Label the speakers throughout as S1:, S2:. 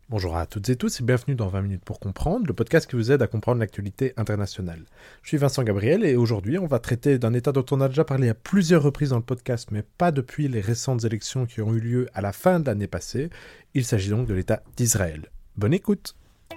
S1: Bonjour à toutes et tous et bienvenue dans 20 minutes pour comprendre, le podcast qui vous aide à comprendre l'actualité internationale. Je suis Vincent Gabriel et aujourd'hui on va traiter d'un état dont on a déjà parlé à plusieurs reprises dans le podcast, mais pas depuis les récentes élections qui ont eu lieu à la fin de l'année passée. Il s'agit donc de l'état d'Israël. Bonne écoute!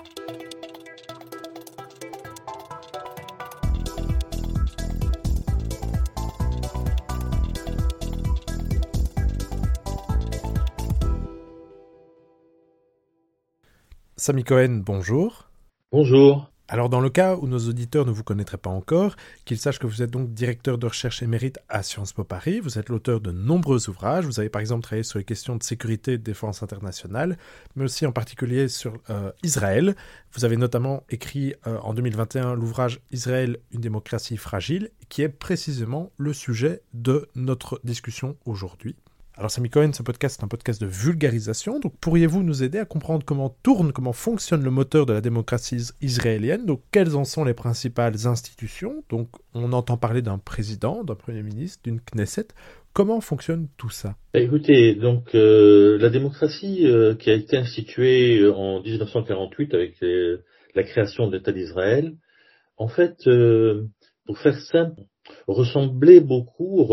S1: Sami Cohen, bonjour.
S2: Bonjour.
S1: Alors dans le cas où nos auditeurs ne vous connaîtraient pas encore, qu'ils sachent que vous êtes donc directeur de recherche émérite à Sciences Po Paris, vous êtes l'auteur de nombreux ouvrages, vous avez par exemple travaillé sur les questions de sécurité et de défense internationale, mais aussi en particulier sur Israël. Vous avez notamment écrit en 2021 l'ouvrage Israël, une démocratie fragile, qui est précisément le sujet de notre discussion aujourd'hui. Alors Sami Cohen, ce podcast est un podcast de vulgarisation, donc pourriez-vous nous aider à comprendre comment fonctionne le moteur de la démocratie israélienne, donc quelles en sont les principales institutions, donc on entend parler d'un président, d'un premier ministre, d'une Knesset, comment fonctionne tout ça?
S2: Écoutez, donc la démocratie qui a été instituée en 1948 avec la création de l'État d'Israël, en fait, pour faire simple, ressemble beaucoup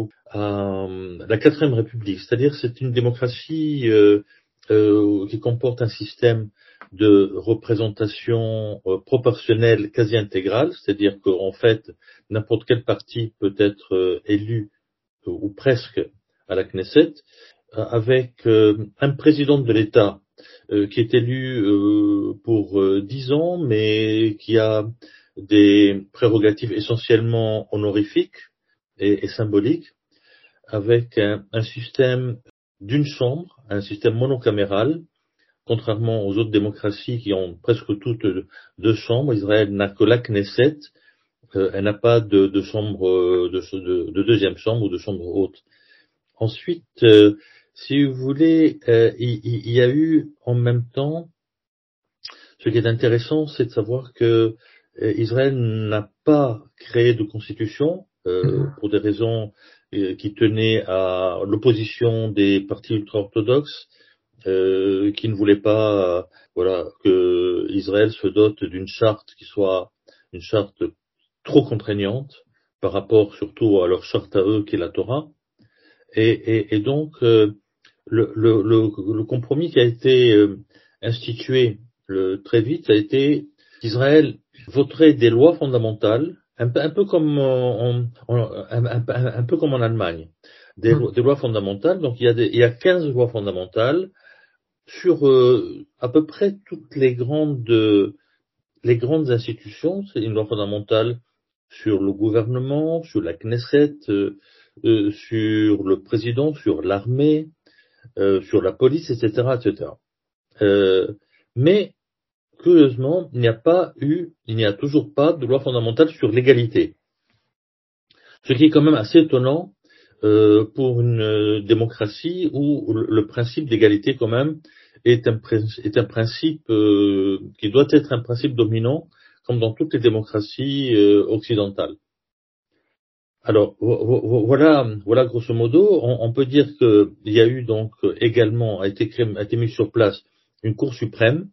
S2: à la Quatrième République. C'est-à-dire c'est une démocratie qui comporte un système de représentation proportionnelle quasi intégrale, c'est-à-dire qu'en fait, n'importe quel parti peut être élu ou presque à la Knesset, avec un président de l'État qui est élu pour 10 ans, mais qui a des prérogatives essentiellement honorifiques et symboliques, avec un système d'une chambre, un système monocaméral, contrairement aux autres démocraties qui ont presque toutes deux chambres. Israël n'a que la Knesset, elle n'a pas de chambre, de deuxième chambre ou de chambre haute. Ensuite, si vous voulez, il y a eu en même temps, ce qui est intéressant, c'est de savoir que Israël n'a pas créé de constitution pour des raisons qui tenaient à l'opposition des partis ultra-orthodoxes qui ne voulaient pas, voilà, que Israël se dote d'une charte qui soit une charte trop contraignante par rapport surtout à leur charte à eux qui est la Torah. Et donc, le compromis qui a été institué très vite a été qu'Israël voterait des lois fondamentales, un peu comme un peu comme en Allemagne, des lois fondamentales. Donc, il y a 15 lois fondamentales sur à peu près toutes les grandes institutions. C'est une loi fondamentale sur le gouvernement, sur la Knesset, sur le président, sur l'armée, sur la police, etc., etc. Mais curieusement, il n'y a toujours pas de loi fondamentale sur l'égalité. Ce qui est quand même assez étonnant pour une démocratie où le principe d'égalité quand même est un principe qui doit être un principe dominant, comme dans toutes les démocraties occidentales. Alors voilà grosso modo, on peut dire qu'il y a eu donc également a été mis sur place une Cour suprême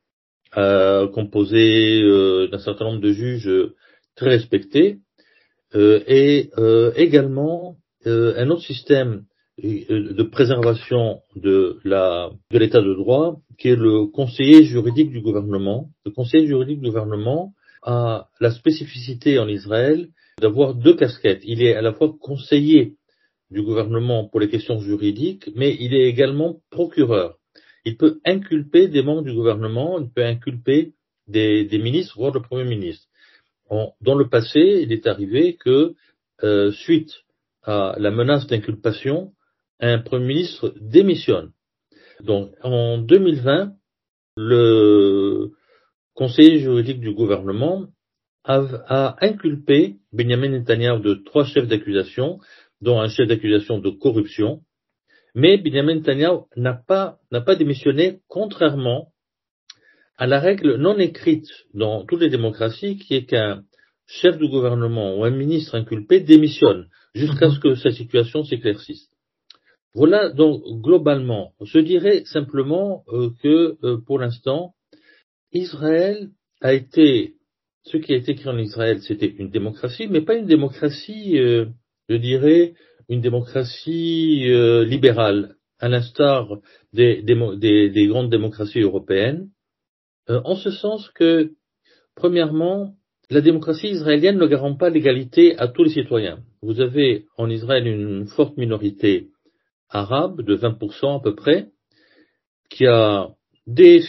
S2: composée d'un certain nombre de juges très respectés et également un autre système de préservation de l'état de droit qui est le conseiller juridique du gouvernement. Le conseiller juridique du gouvernement a la spécificité en Israël d'avoir deux casquettes. Il est à la fois conseiller du gouvernement pour les questions juridiques, mais il est également procureur. Il peut inculper des membres du gouvernement, il peut inculper des ministres, voire le Premier ministre. Dans le passé, il est arrivé que, suite à la menace d'inculpation, un Premier ministre démissionne. Donc, en 2020, le conseiller juridique du gouvernement a inculpé Benjamin Netanyahu de 3 chefs d'accusation, dont un chef d'accusation de corruption. Mais Benjamin Netanyahu n'a pas démissionné, contrairement à la règle non écrite dans toutes les démocraties, qui est qu'un chef de gouvernement ou un ministre inculpé démissionne jusqu'à ce que sa situation s'éclaircisse. Voilà donc globalement. Je dirais simplement que pour l'instant, Israël a été, ce qui a été créé en Israël, c'était une démocratie, mais pas une démocratie, je dirais, une démocratie libérale, à l'instar des grandes démocraties européennes, en ce sens que, premièrement, la démocratie israélienne ne garantit pas l'égalité à tous les citoyens. Vous avez en Israël une forte minorité arabe de 20% à peu près, qui a des,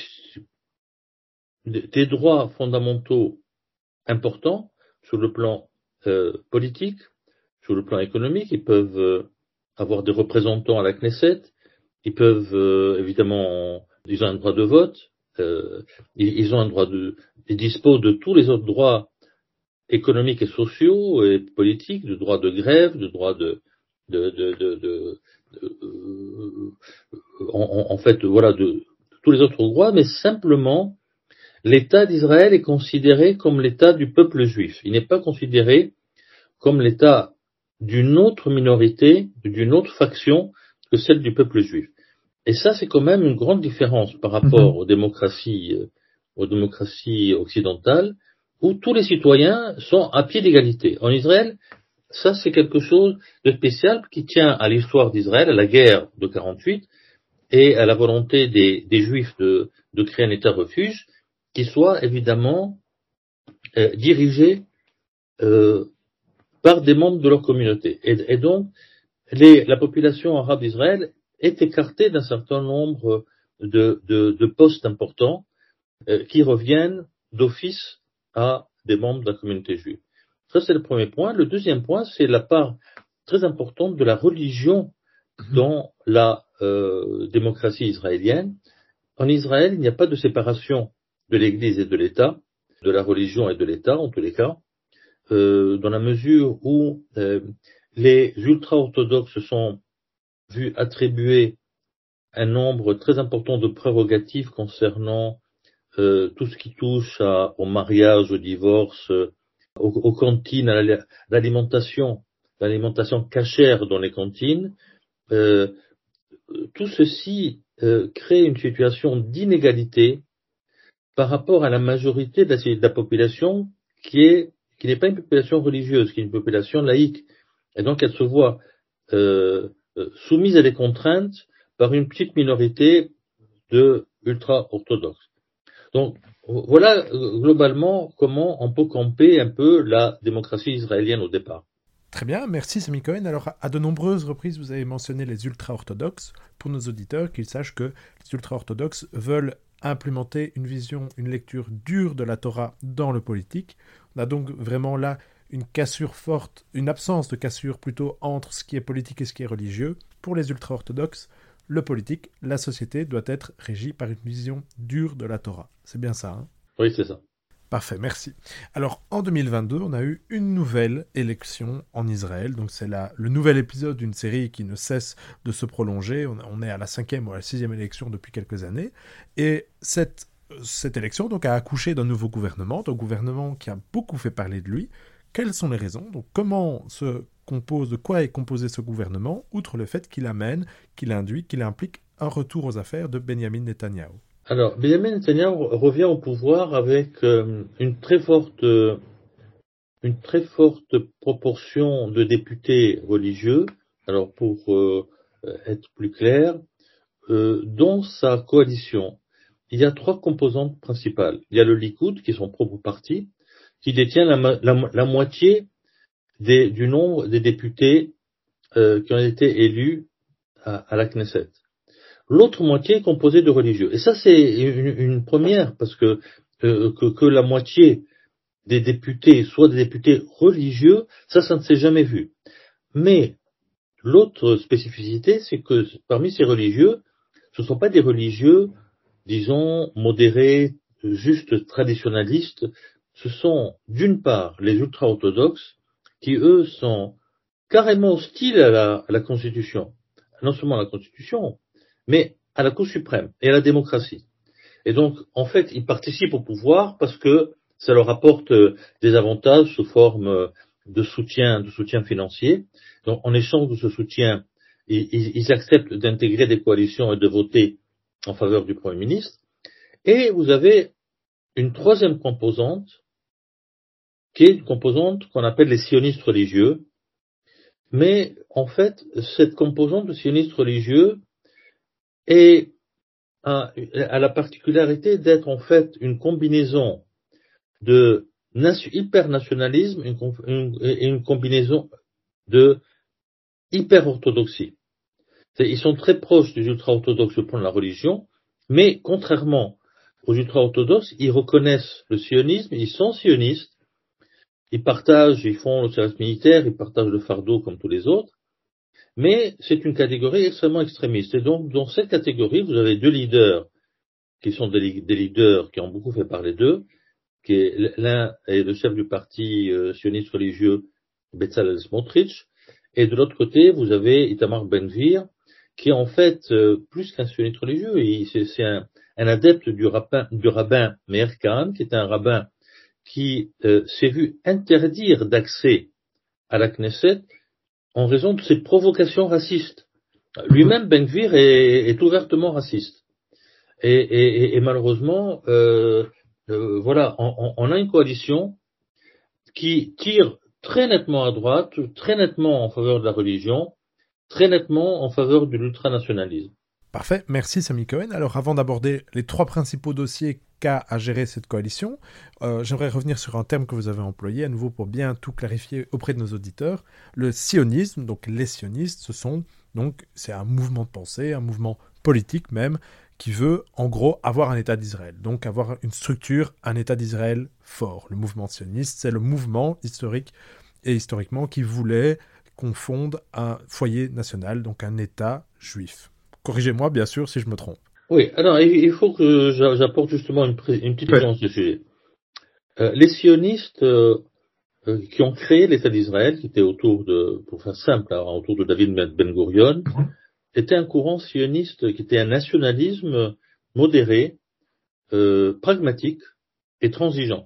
S2: des droits fondamentaux importants sur le plan politique, sur le plan économique. Ils peuvent avoir des représentants à la Knesset, ils peuvent évidemment, ils ont un droit de vote, ils ont un droit ils disposent de tous les autres droits économiques et sociaux et politiques, de droit de grève, de droit en fait, voilà, de tous les autres droits, mais simplement, l'État d'Israël est considéré comme l'État du peuple juif. Il n'est pas considéré comme l'État d'une autre minorité, d'une autre faction que celle du peuple juif. Et ça, c'est quand même une grande différence par rapport aux démocraties occidentales, où tous les citoyens sont à pied d'égalité. En Israël, ça, c'est quelque chose de spécial qui tient à l'histoire d'Israël, à la guerre de 48, et à la volonté des Juifs de créer un État refuge, qui soit évidemment dirigé par des membres de leur communauté. Et donc, la population arabe d'Israël est écartée d'un certain nombre de postes importants qui reviennent d'office à des membres de la communauté juive. Ça, c'est le premier point. Le deuxième point, c'est la part très importante de la religion dans la démocratie israélienne. En Israël, il n'y a pas de séparation de l'Église et de l'État, de la religion et de l'État, en tous les cas, dans la mesure où les ultra-orthodoxes se sont vus attribuer un nombre très important de prérogatives concernant tout ce qui touche au mariage, au divorce, aux cantines, à l'alimentation cachère dans les cantines. Tout ceci crée une situation d'inégalité par rapport à la majorité de la population qui n'est pas une population religieuse, qui est une population laïque. Et donc elle se voit soumise à des contraintes par une petite minorité de ultra-orthodoxes. Donc voilà globalement comment on peut camper un peu la démocratie israélienne au départ.
S1: Très bien, merci Sami Cohen. Alors, à de nombreuses reprises, vous avez mentionné les ultra-orthodoxes. Pour nos auditeurs, qu'ils sachent que les ultra-orthodoxes veulent implémenter une vision, une lecture dure de la Torah dans le politique. On a donc vraiment là une cassure forte, une absence de cassure plutôt entre ce qui est politique et ce qui est religieux. Pour les ultra-orthodoxes, le politique, la société doit être régie par une vision dure de la Torah. C'est bien ça, hein ?
S2: Oui, c'est ça.
S1: Parfait, merci. Alors, en 2022, on a eu une nouvelle élection en Israël. Donc, c'est le nouvel épisode d'une série qui ne cesse de se prolonger. On est à la 5e ou à la 6e élection depuis quelques années. Et cette élection donc, a accouché d'un nouveau gouvernement, qui a beaucoup fait parler de lui. Quelles sont les raisons ? Donc, de quoi est composé ce gouvernement, outre le fait qu'il induit, qu'il implique un retour aux affaires de Benjamin Netanyahou ?
S2: Alors, Benjamin Netanyahu revient au pouvoir avec une très forte proportion de députés religieux. Alors, pour être plus clair, dans sa coalition, il y a 3 composantes principales. Il y a le Likoud, qui est son propre parti, qui détient la moitié du nombre des députés qui ont été élus à la Knesset. L'autre moitié est composée de religieux. Et ça, c'est une première, parce que la moitié des députés soient des députés religieux, ça ne s'est jamais vu. Mais l'autre spécificité, c'est que parmi ces religieux, ce ne sont pas des religieux, disons, modérés, juste traditionnalistes. Ce sont, d'une part, les ultra-orthodoxes, qui, eux, sont carrément hostiles à la Constitution. Non seulement à la Constitution, mais à la Cour suprême et à la démocratie. Et donc, en fait, ils participent au pouvoir parce que ça leur apporte des avantages sous forme de soutien financier. Donc, en échange de ce soutien, ils acceptent d'intégrer des coalitions et de voter en faveur du Premier ministre. Et vous avez une troisième composante, qui est une composante qu'on appelle les sionistes religieux. Mais en fait, cette composante de sionistes religieux a la particularité d'être en fait une combinaison de hyper-nationalisme et une combinaison de hyper-orthodoxie. Ils sont très proches des ultra-orthodoxes au plan de la religion, mais contrairement aux ultra-orthodoxes, ils reconnaissent le sionisme, ils sont sionistes, ils font le service militaire, ils partagent le fardeau comme tous les autres, mais c'est une catégorie extrêmement extrémiste. Et donc, dans cette catégorie, vous avez deux leaders qui sont des leaders qui ont beaucoup fait parler d'eux, l'un est le chef du parti sioniste religieux Bezalel Smotrich, et de l'autre côté, vous avez Itamar Ben-Gvir, qui est en fait plus qu'un sioniste religieux, c'est un adepte du rabbin Meir Kahane, qui est un rabbin qui s'est vu interdire d'accès à la Knesset en raison de ses provocations racistes. Lui-même, Ben-Gvir est ouvertement raciste. Et malheureusement, voilà, on a une coalition qui tire très nettement à droite, très nettement en faveur de la religion, très nettement en faveur de l'ultranationalisme.
S1: Parfait, merci Sami Cohen. Alors avant d'aborder les trois principaux dossiers qu'a à gérer cette coalition, j'aimerais revenir sur un terme que vous avez employé à nouveau pour bien tout clarifier auprès de nos auditeurs. Le sionisme, donc les sionistes, c'est un mouvement de pensée, un mouvement politique même, qui veut en gros avoir un État d'Israël, donc avoir une structure, un État d'Israël fort. Le mouvement sioniste, c'est le mouvement historique et historiquement qui voulait qu'on fonde un foyer national, donc un État juif. Corrigez-moi, bien sûr, si je me trompe.
S2: Oui, alors il faut que j'apporte justement une petite nuance de sujet. Les sionistes qui ont créé l'État d'Israël, qui était pour faire simple, autour de David Ben-Gurion, était un courant sioniste qui était un nationalisme modéré, pragmatique et transigeant.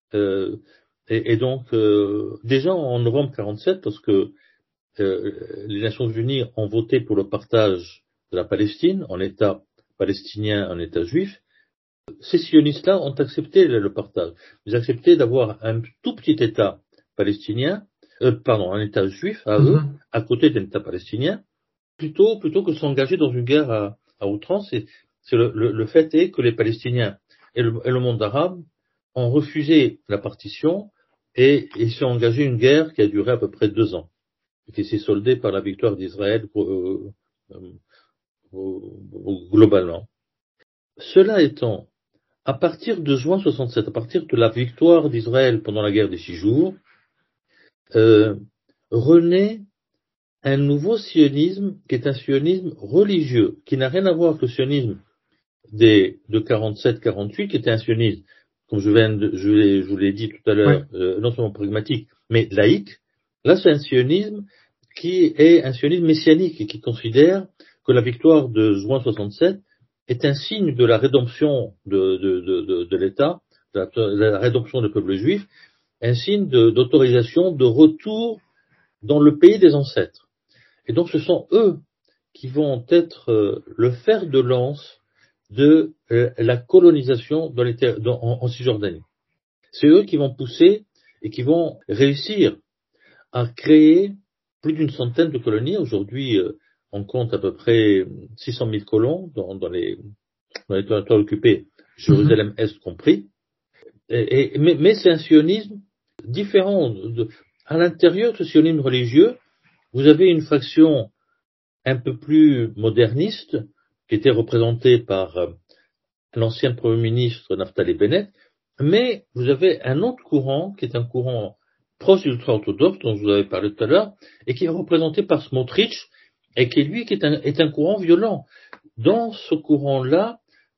S2: Et donc, déjà en novembre 1947, parce que les Nations Unies ont voté pour le partage de la Palestine en État palestinien, en État juif, ces sionistes-là ont accepté le partage. Ils ont accepté d'avoir un tout petit État palestinien, un État juif à eux, à côté d'un État palestinien, plutôt que de s'engager dans une guerre à outrance. Le fait est que les Palestiniens et le monde arabe ont refusé la partition et ils sont engagés une guerre qui a duré à peu près 2 ans et qui s'est soldée par la victoire d'Israël globalement. Cela étant, à partir de juin 67, à partir de la victoire d'Israël pendant la guerre des 6 jours, renaît un nouveau sionisme qui est un sionisme religieux, qui n'a rien à voir avec le sionisme de 47-48, qui était un sionisme, comme je vous l'ai dit tout à l'heure, non seulement pragmatique, mais laïque. Là, c'est un sionisme qui est un sionisme messianique et qui considère que la victoire de juin 67 est un signe de la rédemption de l'État, de la rédemption du peuple juif, un signe d'autorisation de retour dans le pays des ancêtres. Et donc ce sont eux qui vont être le fer de lance de la colonisation en Cisjordanie. C'est eux qui vont pousser et qui vont réussir à créer plus d'une centaine de colonies. Aujourd'hui, on compte à peu près 600 000 colons dans les territoires occupés, Jérusalem-Est compris. Mais c'est un sionisme différent. À l'intérieur de ce sionisme religieux, vous avez une faction un peu plus moderniste, qui était représentée par l'ancien Premier ministre Naftali Bennett, mais vous avez un autre courant, qui est un courant proche de l'ultra-orthodoxe, dont je vous avais parlé tout à l'heure, et qui est représenté par Smotrich, et qui est un courant violent. C'est dans ce courant-là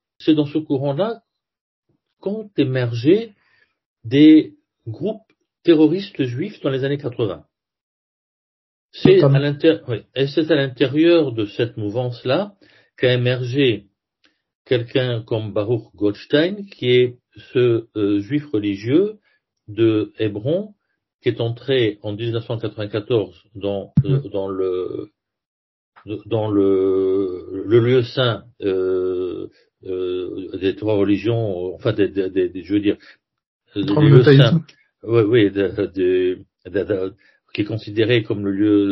S2: qu'ont émergé des groupes terroristes juifs dans les années 80. C'est à l'intérieur de cette mouvance-là qu'a émergé quelqu'un comme Baruch Goldstein, qui est ce juif religieux de Hébron, qui est entré en 1994 dans le dans le lieu saint des trois religions, enfin je veux dire,
S3: Trois
S2: les lieux saints,
S3: monothéismes.
S2: oui, qui est considéré comme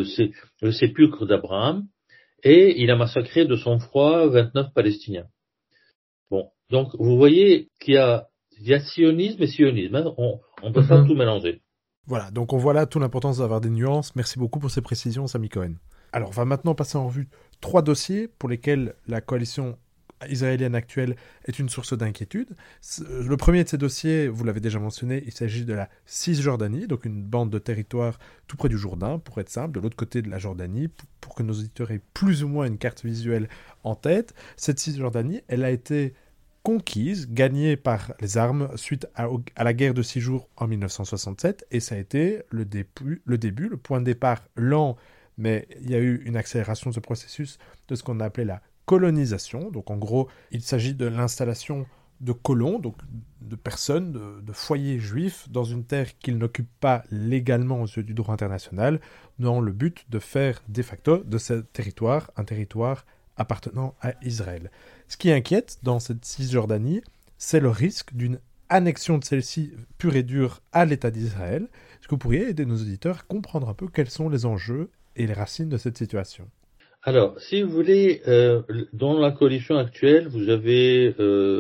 S2: le sépulcre d'Abraham, et il a massacré de son froid 29 Palestiniens. Bon, donc vous voyez qu'il y a sionisme et sionisme, hein, on peut pas tout mélanger.
S1: Voilà, donc on voit là toute l'importance d'avoir des nuances. Merci beaucoup pour ces précisions, Sami Cohen. Alors, on va maintenant passer en revue 3 dossiers pour lesquels la coalition israélienne actuelle est une source d'inquiétude. Le premier de ces dossiers, vous l'avez déjà mentionné, il s'agit de la Cisjordanie, donc une bande de territoire tout près du Jourdain, pour être simple, de l'autre côté de la Jordanie, pour que nos auditeurs aient plus ou moins une carte visuelle en tête. Cette Cisjordanie, elle a été conquise, gagnée par les armes suite à la guerre de 6 jours en 1967, et ça a été le début, le point de départ lent, mais il y a eu une accélération de ce processus de ce qu'on a appelé la colonisation. Donc en gros, il s'agit de l'installation de colons, donc de personnes, de foyers juifs dans une terre qu'ils n'occupent pas légalement aux yeux du droit international, dans le but de faire de facto de ce territoire un territoire appartenant à Israël. Ce qui inquiète dans cette Cisjordanie, c'est le risque d'une annexion de celle-ci pure et dure à l'État d'Israël. Est-ce que vous pourriez aider nos auditeurs à comprendre un peu quels sont les enjeux et les racines de cette situation?
S2: Alors, si vous voulez, dans la coalition actuelle, vous avez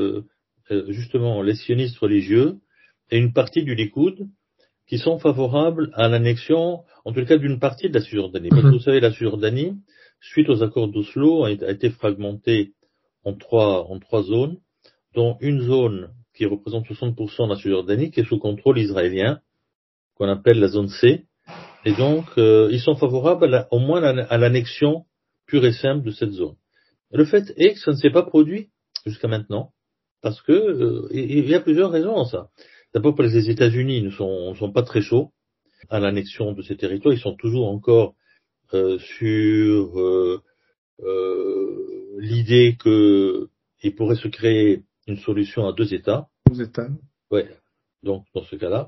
S2: justement les sionistes religieux et une partie du Likoud qui sont favorables à l'annexion, en tout cas d'une partie de la Cisjordanie. Parce que vous savez, la Cisjordanie, suite aux accords d'Oslo, a été fragmentée en trois zones, dont une zone qui représente 60% de la Cisjordanie, qui est sous contrôle israélien, qu'on appelle la zone C. Et donc, ils sont favorables au moins à l'annexion pure et simple de cette zone. Le fait est que ça ne s'est pas produit jusqu'à maintenant, parce que il y a plusieurs raisons à ça. D'abord, parce que les États-Unis ne sont pas très chauds à l'annexion de ces territoires. Ils sont toujours encore sur l'idée qu'il pourrait se créer une solution à 2 États.
S3: 2 États.
S2: Ouais. Donc, dans ce cas-là.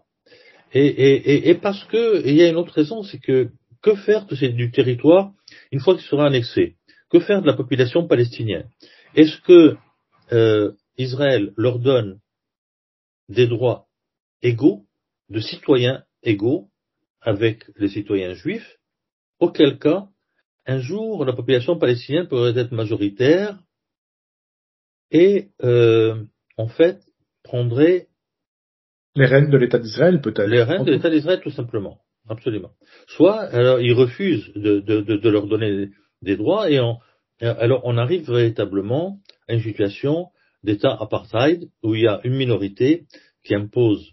S2: Et parce que, il y a une autre raison, c'est que faire du territoire une fois qu'il sera annexé? Que faire de la population palestinienne? Est-ce que Israël leur donne des droits égaux, de citoyens égaux avec les citoyens juifs? Auquel cas, un jour, la population palestinienne pourrait être majoritaire et en fait prendrait
S3: les rênes de l'État d'Israël, peut-être.
S2: Les rênes de l'État d'Israël, tout simplement. Absolument. Soit, alors, ils refusent de leur donner des droits et alors on arrive véritablement à une situation d'État apartheid où il y a une minorité qui impose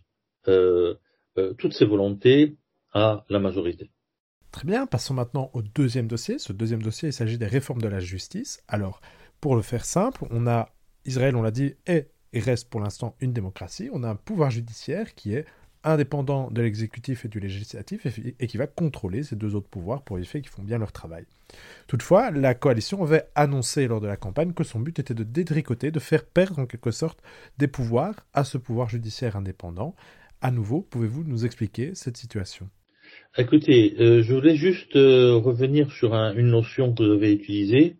S2: toutes ses volontés à la majorité.
S1: Très bien, passons maintenant au deuxième dossier. Ce deuxième dossier, il s'agit des réformes de la justice. Alors, pour le faire simple, Israël, on l'a dit, est et reste pour l'instant une démocratie. On a un pouvoir judiciaire qui est indépendant de l'exécutif et du législatif et qui va contrôler ces 2 autres pouvoirs pour vérifier qu'ils font bien leur travail. Toutefois, la coalition avait annoncé lors de la campagne que son but était de détricoter, de faire perdre en quelque sorte des pouvoirs à ce pouvoir judiciaire indépendant. À nouveau, pouvez-vous nous expliquer cette situation ?
S2: Écoutez, je voulais juste revenir sur une notion que vous avez utilisée.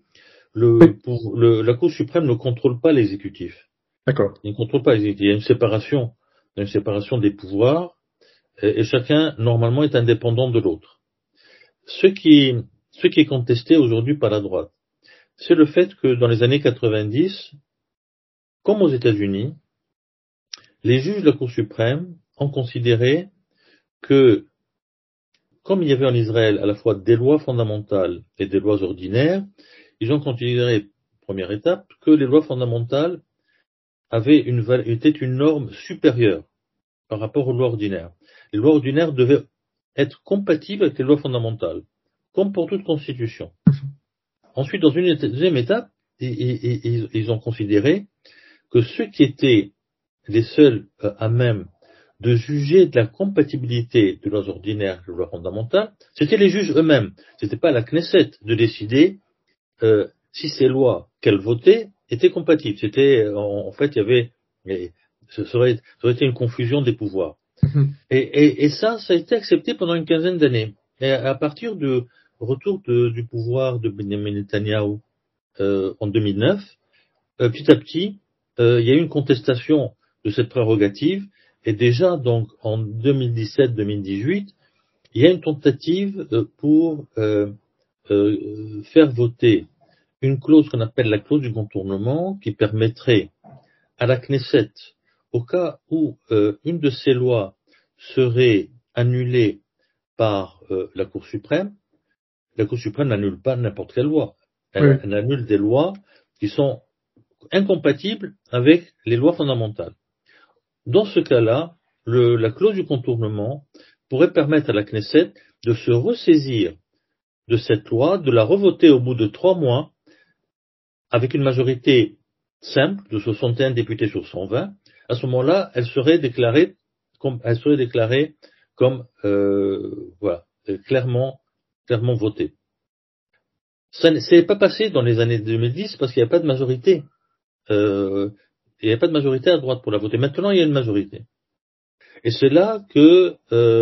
S2: La Cour suprême ne contrôle pas l'exécutif.
S3: D'accord.
S2: Il ne contrôle pas l'exécutif. Il y a une séparation des pouvoirs et chacun, normalement, est indépendant de l'autre. Ce qui est contesté aujourd'hui par la droite, c'est le fait que dans les années 90, comme aux États-Unis, les juges de la Cour suprême ont considéré que, comme il y avait en Israël à la fois des lois fondamentales et des lois ordinaires, ils ont considéré, première étape, que les lois fondamentales étaient une norme supérieure par rapport aux lois ordinaires. Les lois ordinaires devaient être compatibles avec les lois fondamentales, comme pour toute constitution. Ensuite, dans une deuxième étape, ils ont considéré que ceux qui étaient les seuls à même de juger de la compatibilité de lois ordinaires et de lois fondamentales, c'était les juges eux-mêmes. C'était pas à la Knesset de décider si ces lois qu'elle votait étaient compatibles. C'était, en fait, il y avait, ça aurait été une confusion des pouvoirs. Et ça a été accepté pendant une quinzaine d'années. Et à partir de du pouvoir de Benjamin Netanyahu en 2009, petit à petit, il y a eu une contestation de cette prérogative, et déjà donc en 2017-2018, il y a une tentative pour faire voter une clause qu'on appelle la clause du contournement, qui permettrait à la Knesset, au cas où une de ces lois serait annulée par la Cour suprême n'annule pas n'importe quelle loi. Elle annule des lois qui sont incompatibles avec les lois fondamentales. Dans ce cas-là, la clause du contournement pourrait permettre à la Knesset de se ressaisir de cette loi, de la revoter au bout de 3 mois, avec une majorité simple de 61 députés sur 120. À ce moment-là, elle serait déclarée comme clairement votée. Ça n'est pas passé dans les années 2010 parce qu'il n'y a pas de majorité. Il n'y a pas de majorité à droite pour la voter. Maintenant, il y a une majorité. Et c'est là que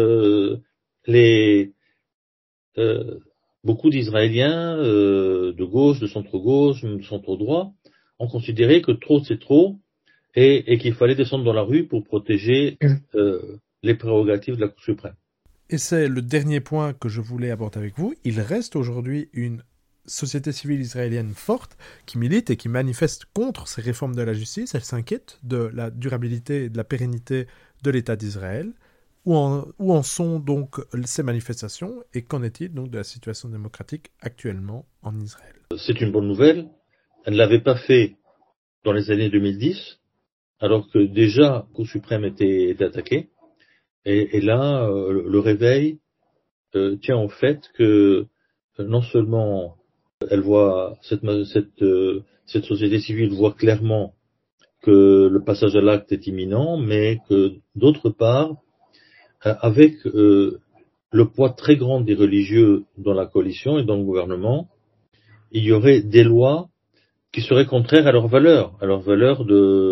S2: beaucoup d'Israéliens de gauche, de centre-gauche, de centre-droit, ont considéré que trop c'est trop et qu'il fallait descendre dans la rue pour protéger les prérogatives de la Cour suprême.
S1: Et c'est le dernier point que je voulais aborder avec vous. Il reste aujourd'hui une société civile israélienne forte qui milite et qui manifeste contre ces réformes de la justice. Elle s'inquiète de la durabilité et de la pérennité de l'État d'Israël. Où en sont donc ces manifestations et qu'en est-il donc de la situation démocratique actuellement en Israël?
S2: C'est une bonne nouvelle. Elle ne l'avait pas fait dans les années 2010, alors que déjà la Cour suprême était attaquée. Et là, le réveil tient au fait que non seulement elle voit cette société civile voit clairement que le passage à l'acte est imminent, mais que d'autre part, avec le poids très grand des religieux dans la coalition et dans le gouvernement, il y aurait des lois qui seraient contraires à leurs valeurs, à leurs valeurs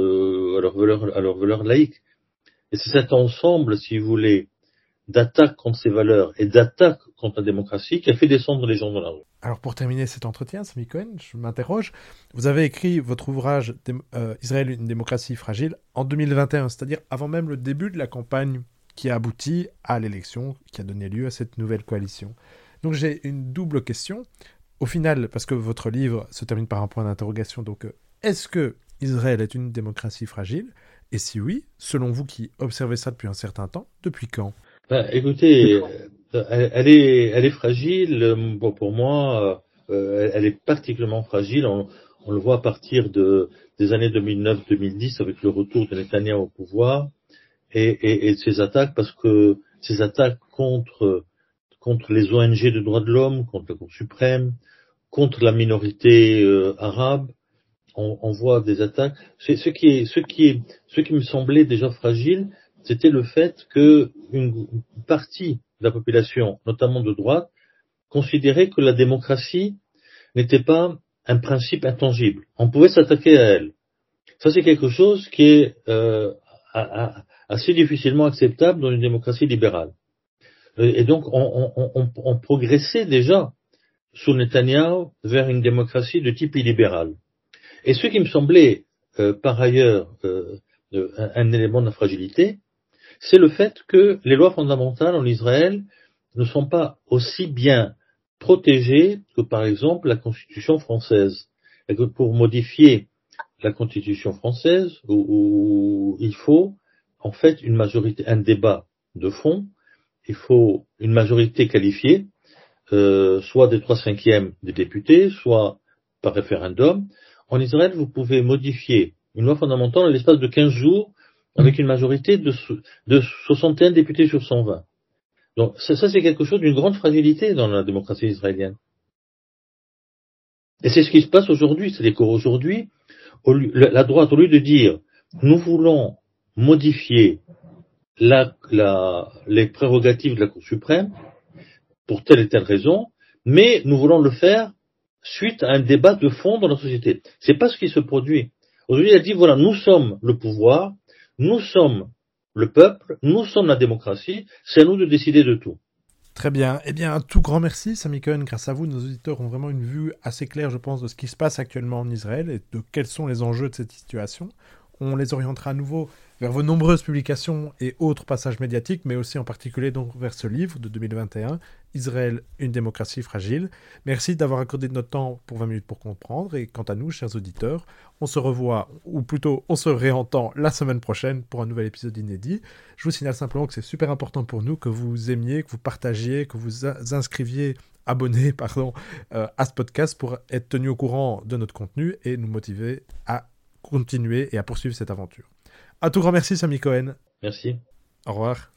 S2: laïques. Et c'est cet ensemble, si vous voulez, d'attaques contre ces valeurs et d'attaques contre la démocratie qui a fait descendre les gens dans la rue.
S1: Alors pour terminer cet entretien, Sami Cohen, je m'interroge. Vous avez écrit votre ouvrage Israël, une démocratie fragile en 2021, c'est-à-dire avant même le début de la campagne qui a abouti à l'élection qui a donné lieu à cette nouvelle coalition. Donc j'ai une double question. Au final, parce que votre livre se termine par un point d'interrogation, donc est-ce que Israël est une démocratie fragile? Et si oui, selon vous qui observez ça depuis un certain temps, depuis quand?
S2: Écoutez, elle est fragile. Bon, pour moi, elle est particulièrement fragile. On le voit à partir des années 2009-2010 avec le retour de Netanyahu au pouvoir et de ces attaques, parce que ces attaques contre les ONG de droits de l'homme, contre la Cour suprême, contre la minorité arabe, on voit des attaques. Ce qui me semblait déjà fragile, c'était le fait que une partie de la population, notamment de droite, considérait que la démocratie n'était pas un principe intangible. On pouvait s'attaquer à elle. Ça, c'est quelque chose qui est assez difficilement acceptable dans une démocratie libérale. Et donc, on progressait déjà sous Netanyahou vers une démocratie de type illibéral. Et ce qui me semblait, par ailleurs, un élément de la fragilité, c'est le fait que les lois fondamentales en Israël ne sont pas aussi bien protégées que, par exemple, la Constitution française. Et que pour modifier la Constitution française, où il faut, en fait, un débat de fond, il faut une majorité qualifiée, soit des 3/5 des députés, soit par référendum. En Israël, vous pouvez modifier une loi fondamentale en l'espace de 15 jours avec une majorité de 61 députés sur 120. Donc ça c'est quelque chose d'une grande fragilité dans la démocratie israélienne. Et c'est ce qui se passe aujourd'hui. C'est-à-dire qu'aujourd'hui, la droite, au lieu de dire nous voulons modifier les prérogatives de la Cour suprême pour telle et telle raison, mais nous voulons le faire suite à un débat de fond dans la société. C'est pas ce qui se produit. Aujourd'hui, elle dit voilà, nous sommes le pouvoir, nous sommes le peuple, nous sommes la démocratie, c'est à nous de décider de tout.
S1: Très bien. Eh bien, un tout grand merci, Sami Cohen. Grâce à vous, nos auditeurs ont vraiment une vue assez claire, je pense, de ce qui se passe actuellement en Israël et de quels sont les enjeux de cette situation. On les orientera à nouveau vers vos nombreuses publications et autres passages médiatiques, mais aussi en particulier donc vers ce livre de 2021, Israël, une démocratie fragile. Merci d'avoir accordé de notre temps pour 20 minutes pour comprendre. Et quant à nous, chers auditeurs, on se revoit, ou plutôt on se réentend la semaine prochaine pour un nouvel épisode inédit. Je vous signale simplement que c'est super important pour nous que vous aimiez, que vous partagiez, que vous inscriviez, abonnez, à ce podcast pour être tenu au courant de notre contenu et nous motiver à continuer et à poursuivre cette aventure. Un tout grand merci, Sami Cohen.
S2: Merci.
S1: Au revoir.